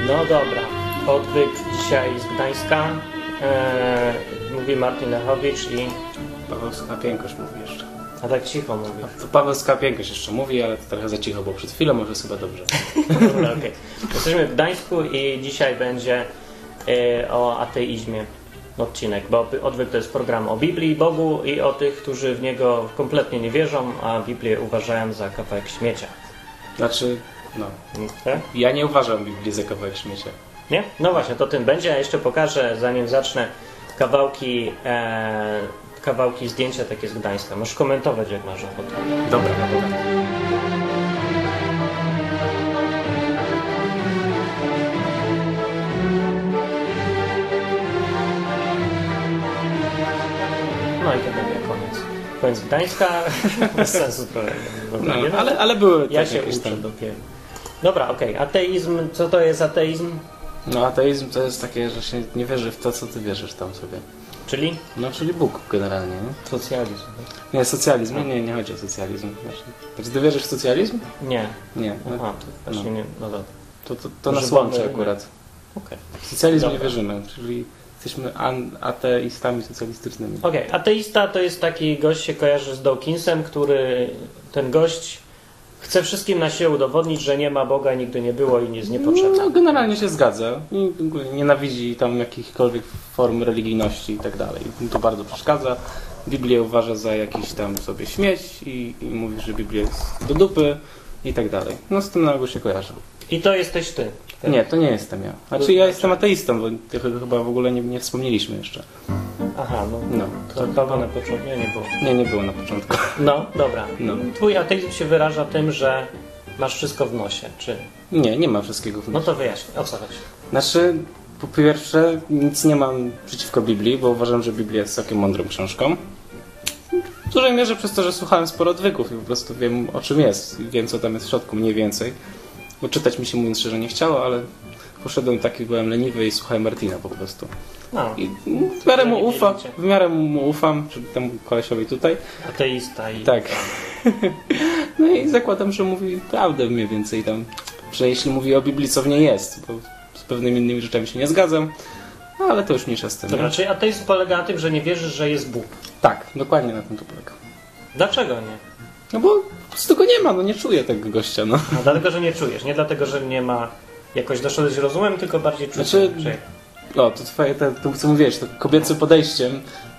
No dobra, odwyk dzisiaj z Gdańska. Mówi Martin Lechowicz i... Paweł Skapienkosz mówi jeszcze. A tak cicho mówi. To Paweł Skapienkosz jeszcze mówi, ale to trochę za cicho, bo przed chwilą może jest chyba dobrze. Dobra, okay. Jesteśmy w Gdańsku i dzisiaj będzie o ateizmie odcinek, bo odwyk to jest program o Biblii i Bogu i o tych, którzy w niego kompletnie nie wierzą, a Biblię uważają za kawałek śmiecia. Znaczy, no, Tak? ja nie uważam Biblii za kawałek śmiecia. Nie? No właśnie, to tym będzie. Ja jeszcze pokażę, zanim zacznę, kawałki zdjęcia takie z Gdańska. Możesz komentować, jak masz ochotę. Dobra, dobra. No i to będzie koniec. Koniec Gdańska. Bez sensu trochę. No, ale były ja tak się jakieś uczę tam. dopiero. Dobra, okej. Ateizm. Co to jest ateizm? No, ateizm to jest takie, że się nie wierzy w to, co ty wierzysz tam sobie. Czyli? No, czyli Bóg generalnie, nie? Socjalizm. Nie, socjalizm. Nie chodzi o socjalizm. Znaczy, ty wierzysz w socjalizm? Nie. Nie. No, Aha, to właśnie nie. No dobra. to nas łączy akurat. Okej. W socjalizm nie Dobra. wierzymy, czyli jesteśmy ateistami socjalistycznymi. Okej, ateista to jest taki gość, się kojarzy z Dawkinsem, który ten gość chce wszystkim na siłę udowodnić, że nie ma Boga, nigdy nie było i jest niepotrzebny. No, generalnie się zgadza. I nienawidzi tam jakichkolwiek form religijności i tak dalej. Mu to bardzo przeszkadza. Biblię uważa za jakiś tam sobie śmieć i mówi, że Biblia jest do dupy i tak dalej. No z tym na się kojarzy. I to jesteś ty. Nie, to nie jestem ja. Znaczy ja jestem ateistą, bo tego chyba w ogóle nie wspomnieliśmy jeszcze. Aha, no. No. To chyba na początku nie było. Nie było na początku. No, dobra. No. Twój ateizm się wyraża tym, że masz wszystko w nosie, czy... Nie ma wszystkiego w No to wyjaśnij, o co chodzi? Znaczy, po pierwsze, nic nie mam przeciwko Biblii, bo uważam, że Biblia jest całkiem mądrą książką. W dużej mierze przez to, że słuchałem sporo odwyków i po prostu wiem, o czym jest. Wiem, co tam jest w środku, mniej więcej. Bo czytać mi się, mówiąc szczerze, nie chciało, ale poszedłem taki, byłem leniwy i słuchałem Martina po prostu. No, I w miarę mu ufam, czy temu kolesiowi tutaj. ateista i... Tak. No i zakładam, że mówi prawdę mniej więcej tam. Że jeśli mówi o Biblii, co w niej jest, bo z pewnymi innymi rzeczami się nie zgadzam, no ale to już mniejsza z tym. Dobra, czyli ateizm polega na tym, że nie wierzysz, że jest Bóg. Tak, dokładnie na tym to polega. Dlaczego nie? No bo po prostu go nie ma, no nie czuję tego gościa, no. No, dlatego, że nie czujesz, nie dlatego, że nie ma jakoś doszedłeś rozumem, tylko bardziej czuć. Znaczy, no to twoje, to co mówiłeś, to kobiecym podejściem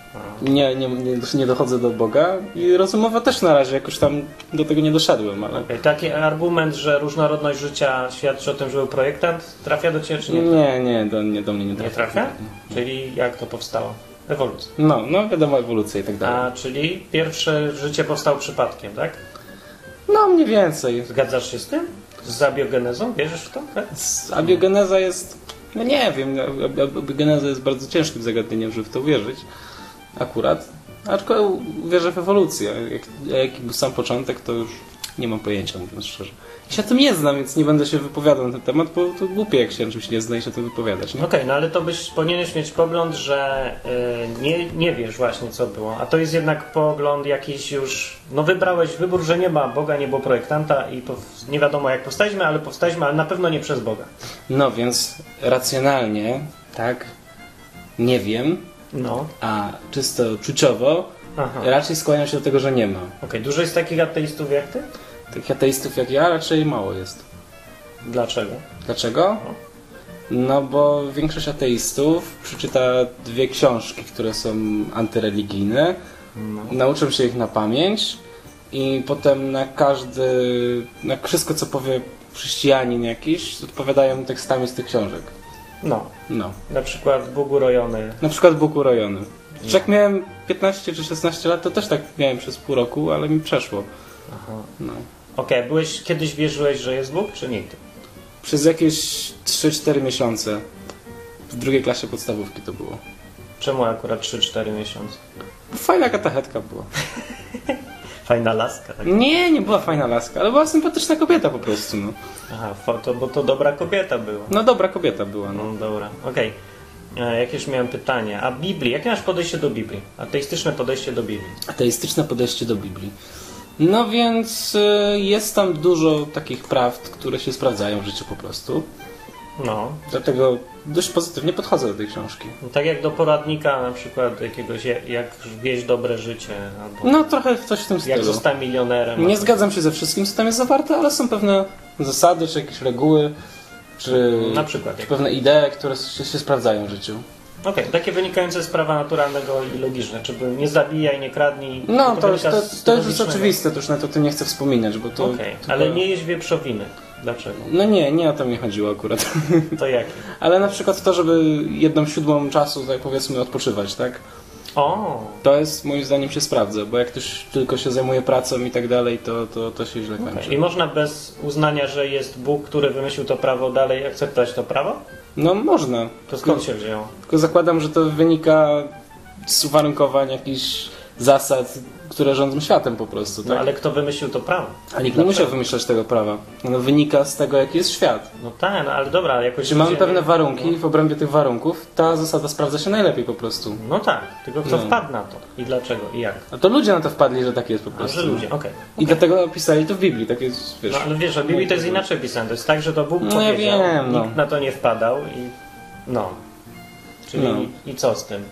nie dochodzę do Boga i rozumowo też na razie jakoś tam do tego nie doszedłem, ale... Okay. Taki argument, że różnorodność życia świadczy o tym, że był projektant, trafia do Ciebie czy nie? Do mnie nie trafia. Nie trafia? Czyli jak to powstało? Ewolucja. No wiadomo, ewolucja i tak dalej. A, czyli pierwsze życie powstało przypadkiem, tak? No mniej więcej. Zgadzasz się z tym? Z abiogenezą? Wierzysz w to? Tak? Abiogeneza jest... No nie wiem, abiogeneza jest bardzo ciężkim zagadnieniem, żeby w to wierzyć. Akurat. Aczkolwiek wierzę w ewolucję. Jaki był sam początek, to już nie mam pojęcia, mówiąc szczerze. Ja się tym nie znam, więc nie będę się wypowiadał na ten temat, bo to głupie, jak się czymś nie zna i się tym wypowiadać. Nie? Okej, no ale to powinieneś mieć pogląd, że nie wiesz właśnie, co było. A to jest jednak pogląd jakiś już... No wybrałeś wybór, że nie ma Boga, nie było projektanta i nie wiadomo, jak powstaliśmy, ale na pewno nie przez Boga. No więc racjonalnie, tak, nie wiem, No. a czysto czuciowo raczej skłaniam się do tego, że nie ma. Okej, dużo jest takich ateistów jak ty? Takich ateistów jak ja raczej mało jest. Dlaczego? Dlaczego? No bo większość ateistów przeczyta 2 książki, które są antyreligijne, nauczą się ich na pamięć i potem na wszystko, co powie chrześcijanin jakiś, odpowiadają tekstami z tych książek. No. No. Na przykład Bóg urojony. Na przykład Bóg urojony. Jak miałem 15 czy 16 lat, to też tak miałem przez pół roku, ale mi przeszło. Aha. No. Okej, kiedyś wierzyłeś, że jest Bóg, czy nigdy? Przez jakieś 3-4 miesiące. W 2 klasie podstawówki to było. Czemu akurat 3-4 miesiące? Fajna katechetka była. Fajna laska. Tak? Nie była fajna laska, ale była sympatyczna kobieta po prostu. No. Aha, bo to dobra kobieta była. No dobra kobieta była. No. No dobra, okej. Jakieś miałem pytanie. A Biblii? Jakie masz podejście do Biblii? Ateistyczne podejście do Biblii. Ateistyczne podejście do Biblii. No więc jest tam dużo takich prawd, które się sprawdzają w życiu po prostu. No. Dlatego dość pozytywnie podchodzę do tej książki. Tak jak do poradnika na przykład jakiegoś, jak wieść dobre życie, albo No trochę coś w tym jak stylu. zostać milionerem. Nie zgadzam się ze wszystkim, co tam jest zawarte, ale są pewne zasady, czy jakieś reguły, czy Na przykład. pewne idee, które się sprawdzają w życiu. Okej, takie wynikające z prawa naturalnego i logiczne, czyli nie zabijaj, nie kradnij. No, to już wynika jest z logicznego. oczywiste, to już na to tym nie chcę wspominać, bo to... Okej, tylko- ale nie jeść wieprzowiny. Dlaczego? No nie o to mi chodziło akurat. To jakie? Ale na przykład to, żeby 1/7 czasu, tak powiedzmy, odpoczywać, tak? O, To jest, moim zdaniem, się sprawdza, bo jak ktoś tylko się zajmuje pracą i tak dalej, to się źle kończy. i można bez uznania, że jest Bóg, który wymyślił to prawo, dalej akceptować to prawo? No można. To skąd się wzięło? Tylko zakładam, że to wynika z uwarunkowań jakichś zasad, które rządzą światem po prostu, tak? No ale kto wymyślił to prawo? A nikt nie musiał wymyślać tego prawa. Ono wynika z tego, jaki jest świat. No tak, no ale dobra, ale jakoś... Czy mamy ludzie- pewne warunki i w obrębie tych warunków ta zasada sprawdza się najlepiej po prostu. No tak, tylko kto No. wpadł na to? I dlaczego? I jak? A to ludzie na to wpadli, że tak jest po A prostu. że ludzie, okej. I dlatego opisali to w Biblii, tak jest, wiesz. No ale wiesz, w Biblii to jest inaczej pisane. To jest tak, że to Bóg No ja powiedział, wiem, no. nikt na to nie wpadał i... No. Czyli No. i co z tym?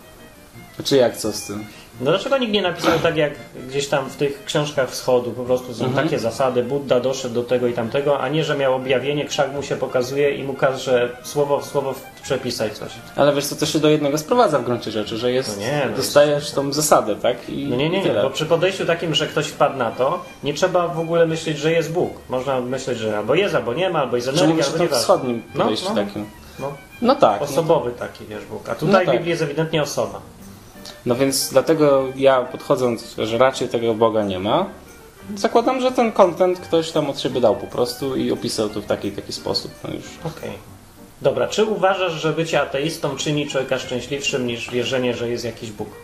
Czy jak, co z tym? No dlaczego nikt nie napisał tak jak gdzieś tam w tych książkach wschodu, po prostu są takie zasady, Budda doszedł do tego i tamtego, a nie, że miał objawienie, krzak mu się pokazuje i mu każe słowo w słowo przepisać coś. Ale wiesz co, to się do jednego sprowadza w gruncie rzeczy, że jest, No nie, no dostajesz tą zasadę, tak? I No nie, tyle. bo przy podejściu takim, że ktoś wpadł na to, nie trzeba w ogóle myśleć, że jest Bóg. Można myśleć, że albo jest, albo nie ma, albo jest Czy energia, mówisz o albo tym nie wschodnim No, podejściu no. takim? No, No tak. osobowy taki, wiesz, Bóg. A tutaj No tak. w Biblii jest ewidentnie osoba. No więc dlatego ja podchodząc, że raczej tego Boga nie ma, zakładam, że ten content ktoś tam od siebie dał po prostu i opisał to w taki sposób. No już. Okej. Dobra, czy uważasz, że bycie ateistą czyni człowieka szczęśliwszym niż wierzenie, że jest jakiś Bóg?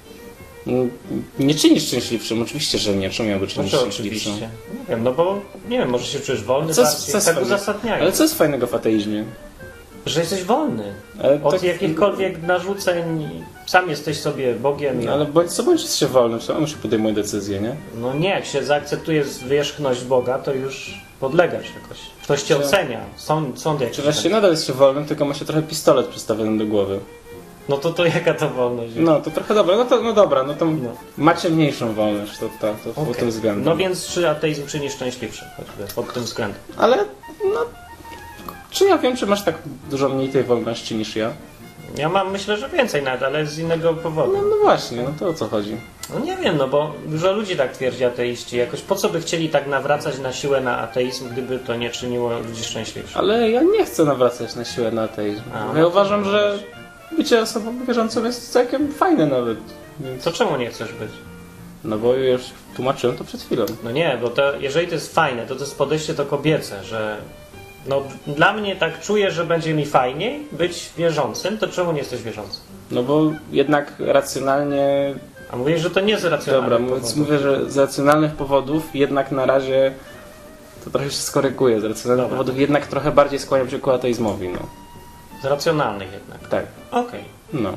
Nie czyni szczęśliwszym, oczywiście, że nie. Czemu miałby czynić Znaczy szczęśliwszym? oczywiście. Nie wiem, no bo nie wiem, może się czujesz wolny, Co bardziej, jest tak fajne- uzasadniają. Ale co jest fajnego w ateizmie? Że jesteś wolny. Ale Od tak- jakichkolwiek narzuceń, sam jesteś sobie Bogiem. Ale bądź co bądź jest się wolnym, to on się podejmuje decyzję, nie? No nie, jak się zaakceptuje zwierzchność Boga, to już podlegasz jakoś. Ktoś cię Czy- ocenia. Sąd jakiś. Czy właściwie nadal jest się wolnym, tylko ma się trochę pistolet przystawiony do głowy. No to jaka to wolność? No to trochę dobra, no dobra, no to No. macie mniejszą wolność to pod Okej. tym względem. No więc czy ateizm czyni szczęśliwszy choćby pod tym względem? Ale no, czy ja wiem, czy masz tak dużo mniej tej wolności niż ja? Ja mam, myślę, że więcej nawet, ale z innego powodu. No właśnie, no to o co chodzi? No nie wiem, no bo dużo ludzi tak twierdzi, ateiści. Jakoś po co by chcieli tak nawracać na siłę na ateizm, gdyby to nie czyniło ludzi szczęśliwszych? Ale ja nie chcę nawracać na siłę na ateizm. A, Ja no to uważam, nie że możesz. bycie osobą wierzącą jest całkiem fajne nawet. Więc... To czemu nie chcesz być? No bo już tłumaczyłem to przed chwilą. No nie, bo to, jeżeli to jest fajne, to jest podejście to kobiece, że no dla mnie tak czuję, że będzie mi fajniej być wierzącym, to czemu nie jesteś wierzącym? No bo jednak racjonalnie... A mówisz, że to nie z racjonalnych Dobra, więc powodów. mówię, że z racjonalnych powodów jednak na razie to trochę się skoryguje. Z racjonalnych Dobra. powodów jednak trochę bardziej skłaniam się ku ateizmowi, no. Z racjonalnych jednak. Tak, Okej. no.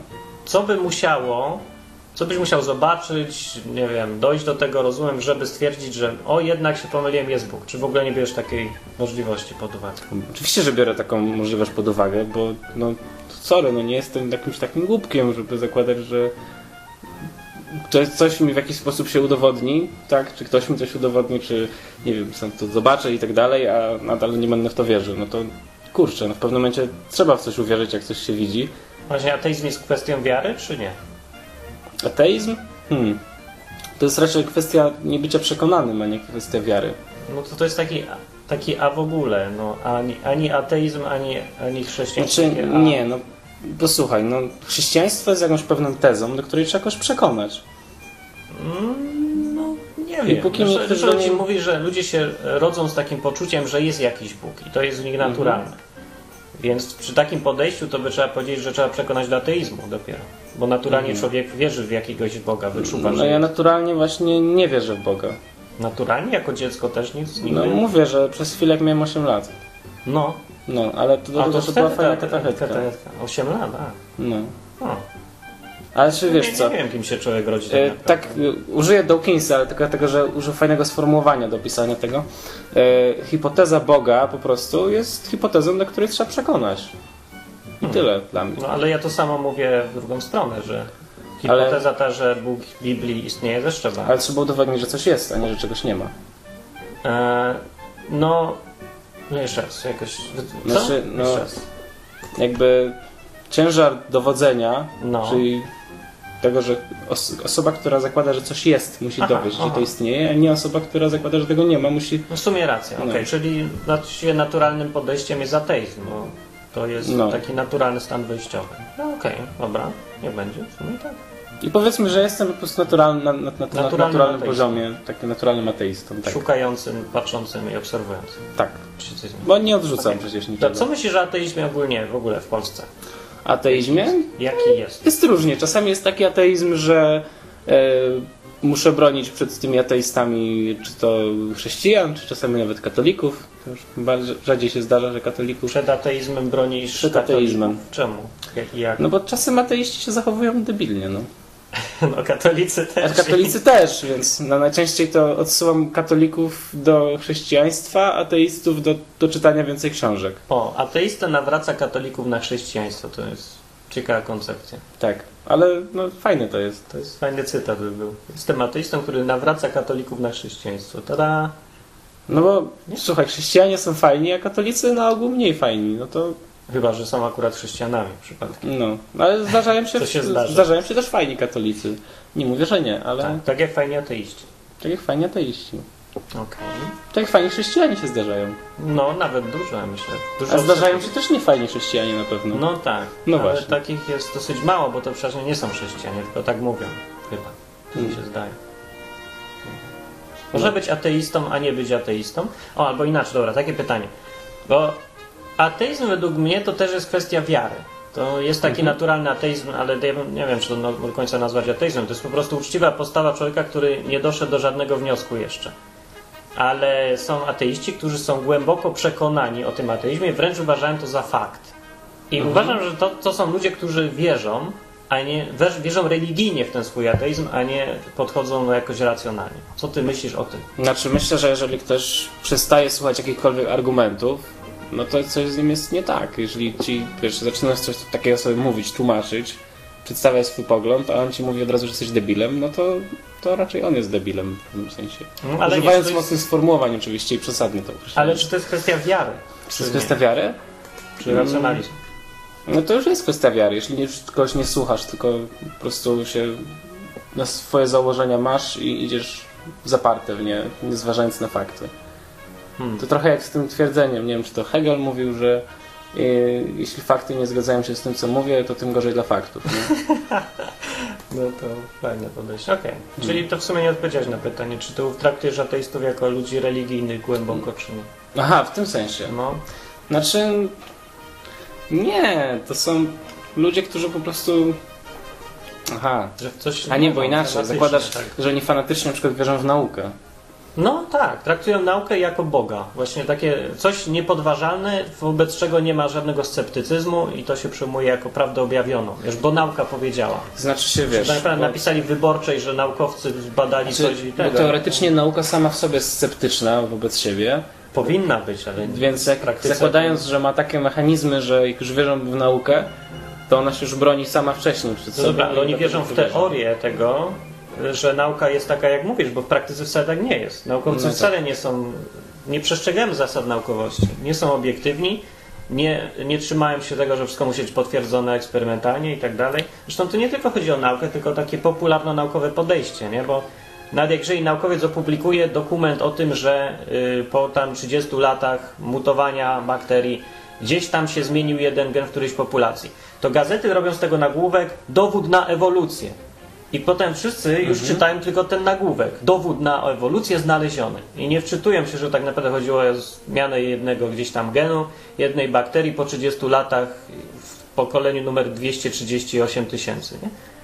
Co byś musiał zobaczyć, nie wiem, dojść do tego, rozumiem, żeby stwierdzić, że o, jednak się pomyliłem, jest Bóg. Czy w ogóle nie bierzesz takiej możliwości pod uwagę? Oczywiście, że biorę taką możliwość pod uwagę, bo no sorry, no nie jestem jakimś takim głupkiem, żeby zakładać, że coś mi w jakiś sposób się udowodni, tak? Czy ktoś mi coś udowodni, czy nie wiem, sam to zobaczę i tak dalej, a nadal nie będę w to wierzył. No to kurczę, no w pewnym momencie trzeba w coś uwierzyć, jak coś się widzi. Właśnie ateizm jest kwestią wiary, czy nie? Ateizm? To jest raczej kwestia niebycia przekonanym, a nie kwestia wiary. No to jest taki a w ogóle, no ani ateizm, ani chrześcijaństwo. Znaczy, takie a. nie, no posłuchaj, no chrześcijaństwo jest jakąś pewną tezą, do której trzeba jakoś przekonać. No nie I wiem. póki nikt Dużo do ludzi niej- mówi, że ludzie się rodzą z takim poczuciem, że jest jakiś Bóg i to jest w nich naturalne. Więc przy takim podejściu to by trzeba powiedzieć, że trzeba przekonać do ateizmu dopiero. Bo naturalnie człowiek wierzy w jakiegoś Boga, wyczuwa, No że ja naturalnie właśnie nie wierzę w Boga. naturalnie jako dziecko też nic nigdy. No mówię, że przez chwilę jak miałem 8 lat. No. No, ale to do A tego, to że była wtedy fajna ta katechetka. 8 lat, a. No. O. Ale czy wiesz co? Nie wiem, kim się człowiek rodzi. Tak, użyję Dawkinsa, ale tylko dlatego, że użył fajnego sformułowania do opisania tego. Hipoteza Boga po prostu jest hipotezą, do której trzeba przekonać. I tyle dla mnie. No ale ja to samo mówię w drugą stronę, że hipoteza ta, że Bóg w Biblii istnieje, też trzeba. Ale trzeba udowodnić, że coś jest, a nie, że czegoś nie ma. No jeszcze raz, jakoś... Co? Znaczy, no, Jeszcze raz. jakby ciężar dowodzenia, No. czyli tego, że osoba, która zakłada, że coś jest, musi dowieść, że to istnieje, a nie osoba, która zakłada, że tego nie ma, musi... No w sumie racja, okej. Czyli właściwie naturalnym podejściem jest ateizm, bo to jest taki naturalny stan wyjściowy. No okej, dobra, nie będzie, w sumie tak. I powiedzmy, że jestem po prostu na naturalnym ateistą. poziomie, takim naturalnym ateistą. Tak. Szukającym, patrzącym i obserwującym. Tak, Czy coś zmieni. bo nie odrzucam przecież To niczego. co myślisz o ateizmie ogólnie w ogóle w Polsce? Ateizmie? Jaki jest? Jest różnie. Czasami jest taki ateizm, że muszę bronić przed tymi ateistami, czy to chrześcijan, czy czasami nawet katolików. To już rzadziej się zdarza, że katolików... Przed ateizmem bronisz Przed ateizmem. katolików? Czemu? Jak? No bo czasem ateiści się zachowują debilnie, no. No katolicy A też. katolicy też, więc najczęściej to odsyłam katolików do chrześcijaństwa, ateistów do czytania więcej książek. O, ateista nawraca katolików na chrześcijaństwo. To jest ciekawa koncepcja. Tak, ale no fajne to jest. To jest fajny cytat by był. Jestem ateistą, który nawraca katolików na chrześcijaństwo. Tada! No bo słuchaj, chrześcijanie są fajni, a katolicy na ogół mniej fajni, no to... Chyba, że są akurat chrześcijanami przypadkiem. No, ale To się zdarza. zdarzają się też fajni katolicy. Nie mówię, że nie, ale Tak jak fajni ateiści. tak jak fajni ateiści. Okej. Tak jak fajni chrześcijanie się zdarzają. No, nawet dużo, myślę. Dużo A zdarzają osób- się też niefajni chrześcijanie na pewno. No tak, No ale właśnie. takich jest dosyć mało, bo to przecież nie są chrześcijanie, tylko tak mówią. Chyba. Mi się zdaje. Może być ateistą, a nie być ateistą? O, albo inaczej, dobra, takie pytanie. Bo ateizm według mnie to też jest kwestia wiary. To jest taki naturalny ateizm, ale ja nie wiem, czy to do końca nazwać ateizmem. To jest po prostu uczciwa postawa człowieka, który nie doszedł do żadnego wniosku jeszcze. Ale są ateiści, którzy są głęboko przekonani o tym ateizmie, wręcz uważają to za fakt. I uważam, że to są ludzie, którzy wierzą, a nie wierzą religijnie w ten swój ateizm, a nie podchodzą jakoś racjonalnie. Co ty myślisz o tym? Znaczy myślę, że jeżeli ktoś przestaje słuchać jakichkolwiek argumentów, no to coś z nim jest nie tak. Jeżeli ci, wiesz, zaczynasz coś takiego sobie mówić, tłumaczyć, przedstawiać swój pogląd, a on ci mówi od razu, że jesteś debilem, no to raczej on jest debilem w pewnym sensie. No, ale Używając nie, mocnych sformułowań oczywiście i przesadnie to określać. Ale czy to jest kwestia wiary? Czy to jest kwestia wiary? Czy racjonalizmu? No to już jest kwestia wiary. Jeśli kogoś nie słuchasz, tylko po prostu się na swoje założenia masz i idziesz zaparte w nie, nie zważając na fakty. To trochę jak z tym twierdzeniem. Nie wiem, czy to Hegel mówił, że jeśli fakty nie zgadzają się z tym, co mówię, to tym gorzej dla faktów. Nie? No to fajne podejście. Okej. Czyli to w sumie nie odpowiedziałeś na pytanie, czy tu traktujesz ateistów jako ludzi religijnych głęboko, czy nie? Aha, w tym sensie. No. Znaczy... Nie, to są ludzie, którzy po prostu... Aha. Że w coś A nie, bo inaczej. fanatycznie, Zakładasz, tak. że oni fanatycznie na przykład wierzą w naukę. No tak, traktują naukę jako Boga. Właśnie takie coś niepodważalne, wobec czego nie ma żadnego sceptycyzmu i to się przyjmuje jako prawdę objawioną. Wiesz, bo nauka powiedziała. Znaczy się, wiesz... Tak naprawdę napisali w wyborczej, że naukowcy badali coś i Bo tego. teoretycznie nauka sama w sobie jest sceptyczna wobec siebie, Powinna być, ale więc jak praktyce- zakładając, że ma takie mechanizmy, że jak już wierzą w naukę, to ona się już broni sama wcześniej przed No sobą. dobra, ale oni i wierzą w dlatego teorię tego, że nauka jest taka, jak mówisz, bo w praktyce wcale tak nie jest. Naukowcy No tak. wcale nie przestrzegają zasad naukowości, nie są obiektywni, nie trzymają się tego, że wszystko musi być potwierdzone eksperymentalnie i tak dalej. Zresztą tu nie tylko chodzi o naukę, tylko o takie popularno-naukowe podejście, nie? Bo nawet jeżeli naukowiec opublikuje dokument o tym, że po tam 30 latach mutowania bakterii gdzieś tam się zmienił jeden gen w którejś populacji, to gazety robią z tego nagłówek dowód na ewolucję. I potem wszyscy już czytają tylko ten nagłówek. Dowód na ewolucję znaleziony. I nie wczytują się, że tak naprawdę chodziło o zmianę jednego gdzieś tam genu, jednej bakterii po 30 latach w pokoleniu numer 238 tysięcy.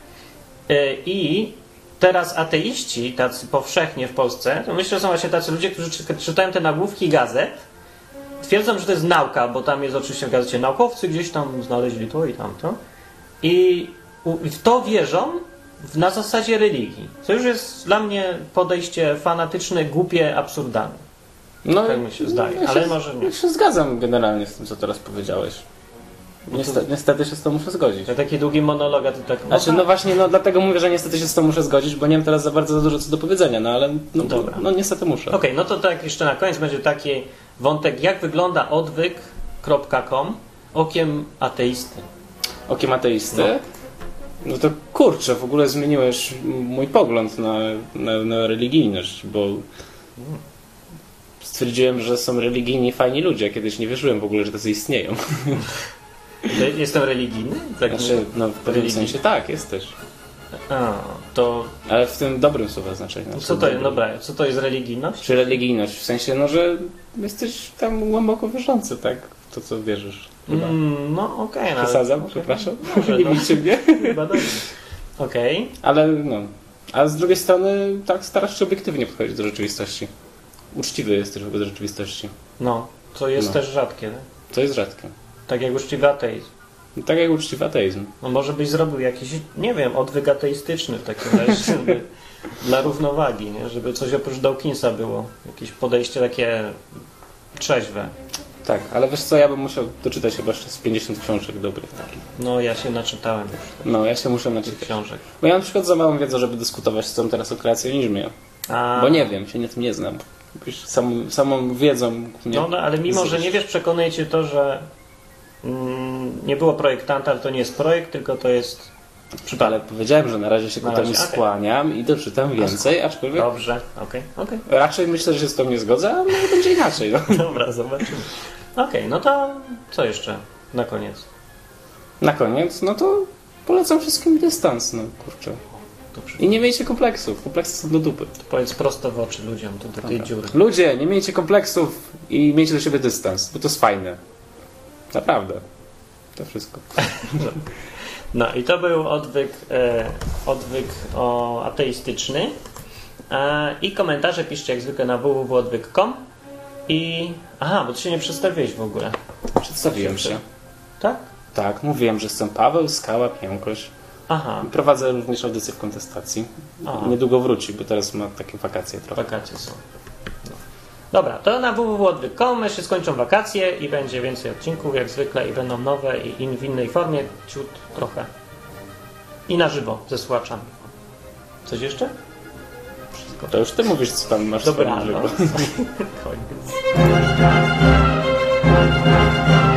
I teraz ateiści, tacy powszechnie w Polsce, to myślę, że są właśnie tacy ludzie, którzy czytają te nagłówki gazet, twierdzą, że to jest nauka, bo tam jest oczywiście w gazecie naukowcy gdzieś tam znaleźli to i tamto. I w to wierzą na zasadzie religii. To już jest dla mnie podejście fanatyczne, głupie, absurdalne. No, Tak mi się zdaje, ale może nie. Ja się zgadzam generalnie z tym, co teraz powiedziałeś. Niestety się z tą muszę zgodzić. To taki długi monolog, a ty tak... Znaczy, no właśnie, no dlatego mówię, że niestety się z tą muszę zgodzić, bo nie mam teraz za dużo co do powiedzenia, no ale no, Dobra. no niestety muszę. Okej, no to tak jeszcze na koniec będzie taki wątek, jak wygląda odwyk.com okiem ateisty. Okiem ateisty? No to kurczę, w ogóle zmieniłeś mój pogląd na religijność, bo stwierdziłem, że są religijni fajni ludzie. Kiedyś nie wierzyłem w ogóle, że tacy istnieją. Jestem religijny? Tak, Znaczy, no w pewnym sensie tak, jesteś. A, to... Ale w tym dobrym słowa znaczeniu. Co to jest, dobra, co to jest religijność? Czy religijność? W sensie, no, że jesteś tam głęboko wierzący, tak? W to, co wierzysz. Chyba. No okej. No, Przesadzam, ale- przepraszam. Może, Nie no. bijcie mnie. Chyba dobrze. Okej. Ale no. A z drugiej strony tak starasz się obiektywnie podchodzić do rzeczywistości. Uczciwy jesteś wobec rzeczywistości. No, to jest No. też rzadkie. Tak? To jest rzadkie. Tak jak uczciwy ateizm. Tak jak uczciwy ateizm. No może byś zrobił jakiś, nie wiem, odwyk ateistyczny w takim razie, żeby, dla równowagi, nie? Żeby coś oprócz Dawkinsa było. Jakieś podejście takie trzeźwe. Tak, ale wiesz co, ja bym musiał doczytać chyba jeszcze z 50 książek dobrych takich. No ja się naczytałem już No, ja się muszę tych naczytać. książek. Bo ja na przykład za małą wiedzę, żeby dyskutować z tą teraz o kreacjonizmie. A... Bo nie wiem, się na tym nie znam. Jakbyś samą wiedzą mnie... No, ale mimo, że nie wiesz, przekonuje cię to, że nie było projektanta, ale to nie jest projekt, tylko to jest Ale powiedziałem, że na razie się ku Na temu razie, okej. skłaniam i doczytam więcej, aczkolwiek Dobrze, okej. raczej myślę, że się z tą nie zgodzę, ale będzie inaczej. No. Dobra, zobaczymy. Okej, no to co jeszcze na koniec? Na koniec, no to polecam wszystkim dystans, no kurczę. Dobrze. I nie miejcie kompleksów, kompleksy są do dupy. To powiedz prosto w oczy ludziom, to do tej dziury. Ludzie, nie miejcie kompleksów i miejcie do siebie dystans, bo to jest fajne. Naprawdę. To wszystko. No i to był odwyk ateistyczny. I komentarze piszcie jak zwykle na www.odwyk.com i... Aha, bo ty się nie przedstawiłeś w ogóle. Przedstawiłem się. Tak? Tak, mówiłem, że jestem Paweł Skała Piękoś. Aha, Prowadzę również audycję w kontestacji. Aha. Niedługo wróci, bo teraz ma takie wakacje trochę. wakacje są. No. Dobra, to na www.odwyk.com się skończą wakacje i będzie więcej odcinków jak zwykle i będą nowe i w innej formie, ciut trochę. I na żywo ze słuchaczami. Coś jeszcze? Wszystko. To już ty mówisz, co tam masz Dobra, swoim no. życiu. Koniec.